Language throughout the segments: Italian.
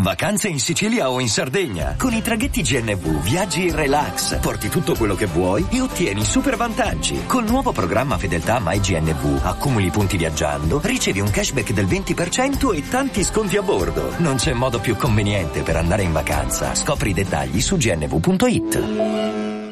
Vacanze in Sicilia o in Sardegna. Con i traghetti GNV viaggi in relax, porti tutto quello che vuoi e ottieni super vantaggi. Col nuovo programma Fedeltà MyGNV accumuli punti viaggiando, ricevi un cashback del 20% e tanti sconti a bordo. Non c'è modo più conveniente per andare in vacanza. Scopri i dettagli su gnv.it.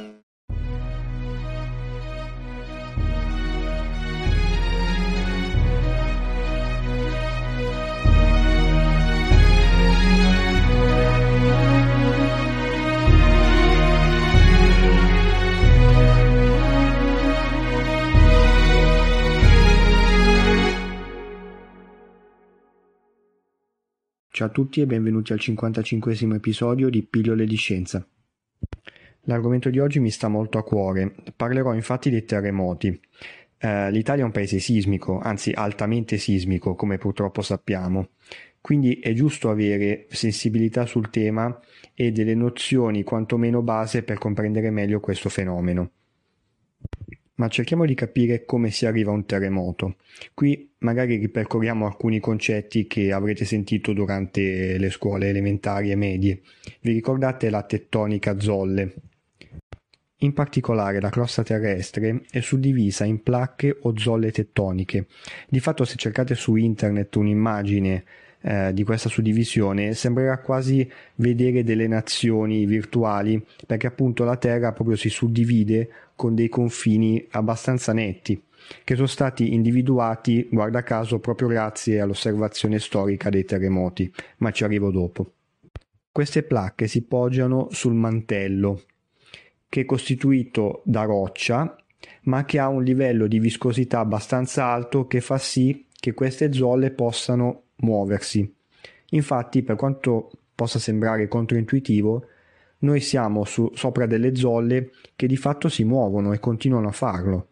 Ciao a tutti e benvenuti al 55esimo episodio di Pillole di Scienza. L'argomento di oggi mi sta molto a cuore, parlerò infatti dei terremoti. L'Italia è un paese sismico, anzi altamente sismico, come purtroppo sappiamo, quindi è giusto avere sensibilità sul tema e delle nozioni quantomeno base per comprendere meglio questo fenomeno. Ma cerchiamo di capire come si arriva a un terremoto. Qui magari ripercorriamo alcuni concetti che avrete sentito durante le scuole elementari e medie. Vi ricordate la tettonica a zolle? In particolare la crosta terrestre è suddivisa in placche o zolle tettoniche. Di fatto, se cercate su internet un'immagine di questa suddivisione, sembrerà quasi vedere delle nazioni virtuali, perché appunto la Terra proprio si suddivide con dei confini abbastanza netti, che sono stati individuati, guarda caso, proprio grazie all'osservazione storica dei terremoti, ma ci arrivo dopo. Queste placche si poggiano sul mantello, che è costituito da roccia, ma che ha un livello di viscosità abbastanza alto che fa sì che queste zolle possano muoversi. Infatti, per quanto possa sembrare controintuitivo, noi siamo sopra delle zolle che di fatto si muovono e continuano a farlo.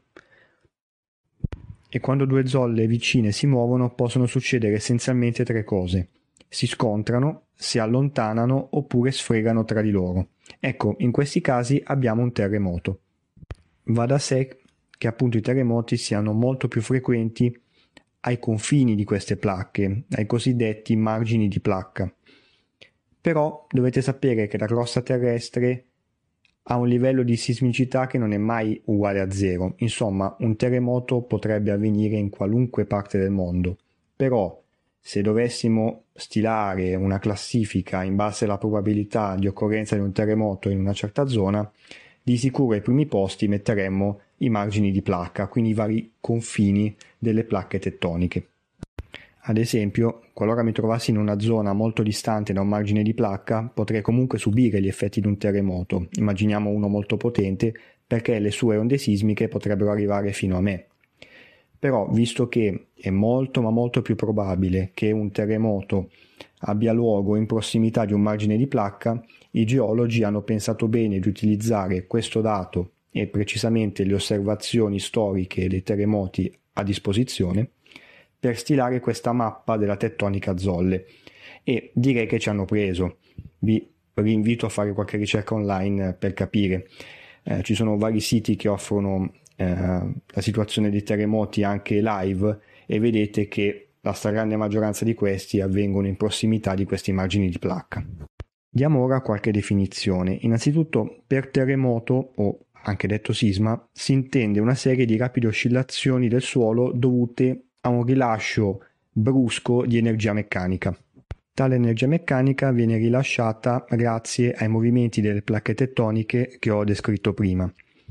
E quando due zolle vicine si muovono possono succedere essenzialmente tre cose: si scontrano, si allontanano oppure sfregano tra di loro. Ecco, in questi casi abbiamo un terremoto. Va da sé che appunto i terremoti siano molto più frequenti ai confini di queste placche, ai cosiddetti margini di placca. Però dovete sapere che la crosta terrestre ha un livello di sismicità che non è mai uguale a zero. Insomma, un terremoto potrebbe avvenire in qualunque parte del mondo. Però, se dovessimo stilare una classifica in base alla probabilità di occorrenza di un terremoto in una certa zona, di sicuro ai primi posti metteremmo i margini di placca, quindi i vari confini delle placche tettoniche. Ad esempio, qualora mi trovassi in una zona molto distante da un margine di placca, potrei comunque subire gli effetti di un terremoto, immaginiamo uno molto potente, perché le sue onde sismiche potrebbero arrivare fino a me. Però, visto che è molto ma molto più probabile che un terremoto abbia luogo in prossimità di un margine di placca, i geologi hanno pensato bene di utilizzare questo dato e precisamente le osservazioni storiche dei terremoti a disposizione per stilare questa mappa della tettonica a zolle, e direi che ci hanno preso. Vi rinvito a fare qualche ricerca online per capire. Ci sono vari siti che offrono la situazione dei terremoti anche live e vedete che la stragrande maggioranza di questi avvengono in prossimità di questi margini di placca. Diamo ora qualche definizione. Innanzitutto, per terremoto, o anche detto sisma, si intende una serie di rapide oscillazioni del suolo dovute a un rilascio brusco di energia meccanica. Tale energia meccanica viene rilasciata grazie ai movimenti delle placche tettoniche che ho descritto prima.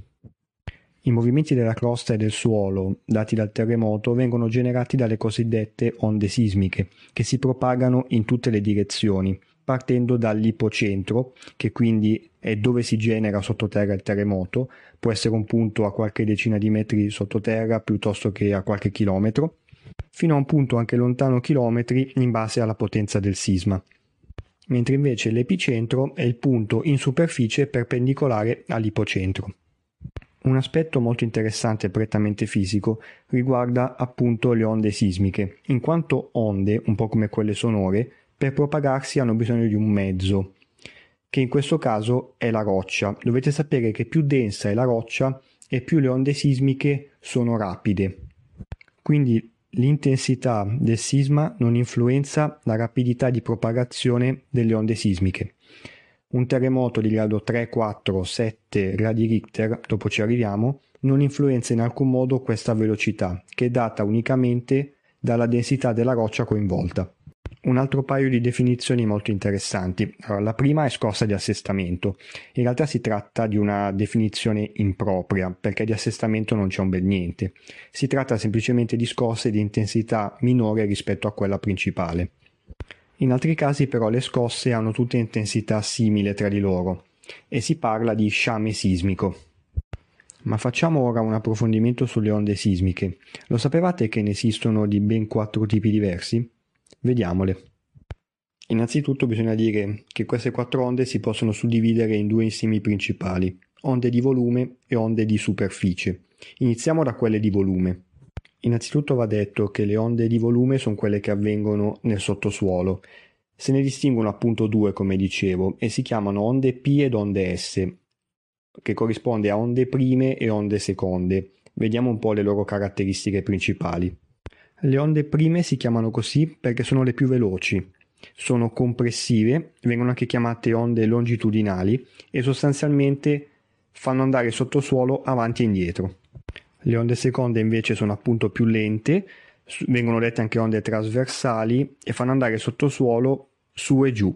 I movimenti della crosta e del suolo dati dal terremoto vengono generati dalle cosiddette onde sismiche, che si propagano in tutte le direzioni, partendo dall'ipocentro, che quindi è dove si genera sottoterra il terremoto, può essere un punto a qualche decina di metri sottoterra piuttosto che a qualche chilometro, fino a un punto anche lontano chilometri in base alla potenza del sisma. Mentre invece l'epicentro è il punto in superficie perpendicolare all'ipocentro. Un aspetto molto interessante e prettamente fisico riguarda appunto le onde sismiche, in quanto onde, un po' come quelle sonore, per propagarsi hanno bisogno di un mezzo, che in questo caso è la roccia. Dovete sapere che più densa è la roccia e più le onde sismiche sono rapide. Quindi L'intensità del sisma non influenza la rapidità di propagazione delle onde sismiche. Un terremoto di grado 3, 4, 7 gradi Richter, dopo ci arriviamo, non influenza in alcun modo questa velocità, che è data unicamente dalla densità della roccia coinvolta. Un altro paio di definizioni molto interessanti. Allora, la prima è scossa di assestamento. In realtà si tratta di una definizione impropria, perché di assestamento non c'è un bel niente. Si tratta semplicemente di scosse di intensità minore rispetto a quella principale. In altri casi però le scosse hanno tutte intensità simili tra di loro e si parla di sciame sismico. Ma facciamo ora un approfondimento sulle onde sismiche. Lo sapevate che ne esistono di ben 4 tipi diversi? Vediamole. Innanzitutto bisogna dire che queste 4 onde si possono suddividere in 2 insiemi principali, onde di volume e onde di superficie. Iniziamo da quelle di volume. Innanzitutto va detto che le onde di volume sono quelle che avvengono nel sottosuolo. Se ne distinguono appunto 2, come dicevo, e si chiamano onde P ed onde S, che corrisponde a onde prime e onde seconde. Vediamo un po' le loro caratteristiche principali. Le onde prime si chiamano così perché sono le più veloci, sono compressive, vengono anche chiamate onde longitudinali e sostanzialmente fanno andare il sottosuolo avanti e indietro. Le onde seconde invece sono appunto più lente, vengono dette anche onde trasversali e fanno andare il sottosuolo su e giù.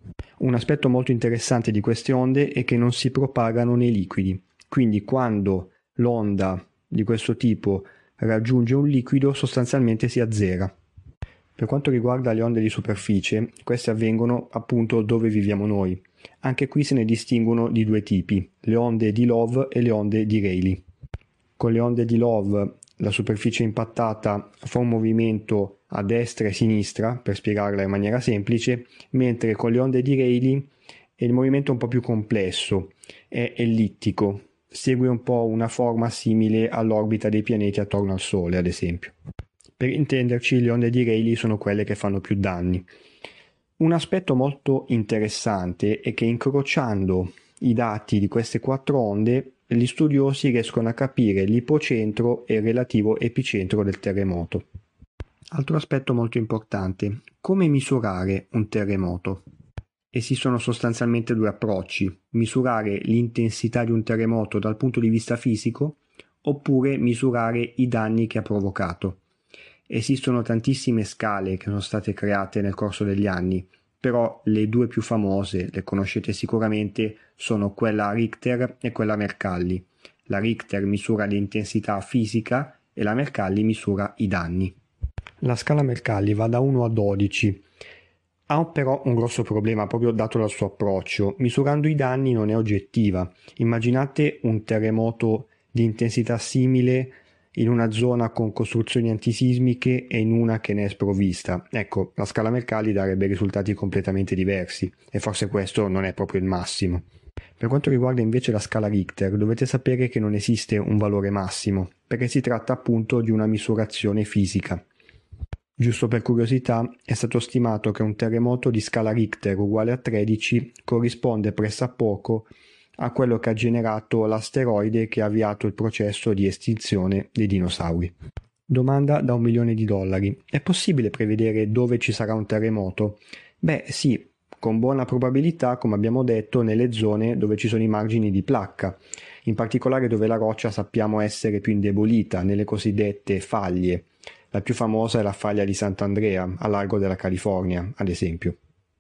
Un aspetto molto interessante di queste onde è che non si propagano nei liquidi, quindi quando l'onda di questo tipo raggiunge un liquido sostanzialmente si azzera. Per quanto riguarda le onde di superficie, queste avvengono appunto dove viviamo noi. Anche qui se ne distinguono di 2 tipi, le onde di Love e le onde di Rayleigh. Con le onde di Love la superficie impattata fa un movimento a destra e a sinistra, per spiegarla in maniera semplice, mentre con le onde di Rayleigh il movimento è un po' più complesso, è ellittico, segue un po' una forma simile all'orbita dei pianeti attorno al Sole, ad esempio. Per intenderci, le onde di Rayleigh sono quelle che fanno più danni. Un aspetto molto interessante è che incrociando i dati di queste 4 onde, gli studiosi riescono a capire l'ipocentro e il relativo epicentro del terremoto. Altro aspetto molto importante: come misurare un terremoto? Esistono sostanzialmente 2 approcci: misurare l'intensità di un terremoto dal punto di vista fisico oppure misurare i danni che ha provocato. Esistono tantissime scale che sono state create nel corso degli anni, però le 2 più famose, le conoscete sicuramente, sono quella Richter e quella Mercalli. La Richter misura l'intensità fisica e la Mercalli misura i danni. La scala Mercalli va da 1 a 12. Ha però un grosso problema proprio dato dal suo approccio. Misurando i danni non è oggettiva. Immaginate un terremoto di intensità simile in una zona con costruzioni antisismiche e in una che ne è sprovvista. Ecco, la scala Mercalli darebbe risultati completamente diversi e forse questo non è proprio il massimo. Per quanto riguarda invece la scala Richter, dovete sapere che non esiste un valore massimo, perché si tratta appunto di una misurazione fisica. Giusto per curiosità, è stato stimato che un terremoto di scala Richter uguale a 13 corrisponde pressappoco a quello che ha generato l'asteroide che ha avviato il processo di estinzione dei dinosauri. Domanda da $1 milione. È possibile prevedere dove ci sarà un terremoto? Beh sì, con buona probabilità, come abbiamo detto, nelle zone dove ci sono i margini di placca, in particolare dove la roccia sappiamo essere più indebolita, nelle cosiddette faglie. La più famosa è la faglia di Sant'Andrea, a largo della California, ad esempio.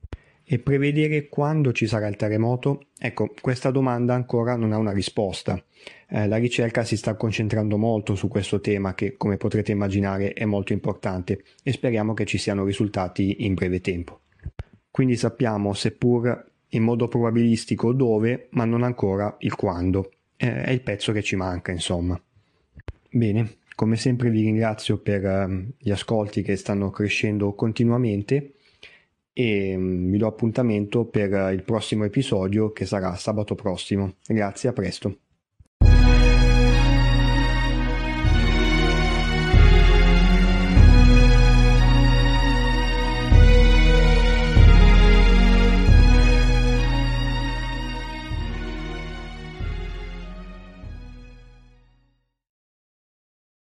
E prevedere quando ci sarà il terremoto? Ecco, questa domanda ancora non ha una risposta. La ricerca si sta concentrando molto su questo tema che, come potrete immaginare, è molto importante e speriamo che ci siano risultati in breve tempo. Quindi sappiamo, seppur in modo probabilistico, dove, ma non ancora il quando. È il pezzo che ci manca, insomma. Bene, come sempre vi ringrazio per gli ascolti che stanno crescendo continuamente e vi do appuntamento per il prossimo episodio che sarà sabato prossimo. Grazie, a presto.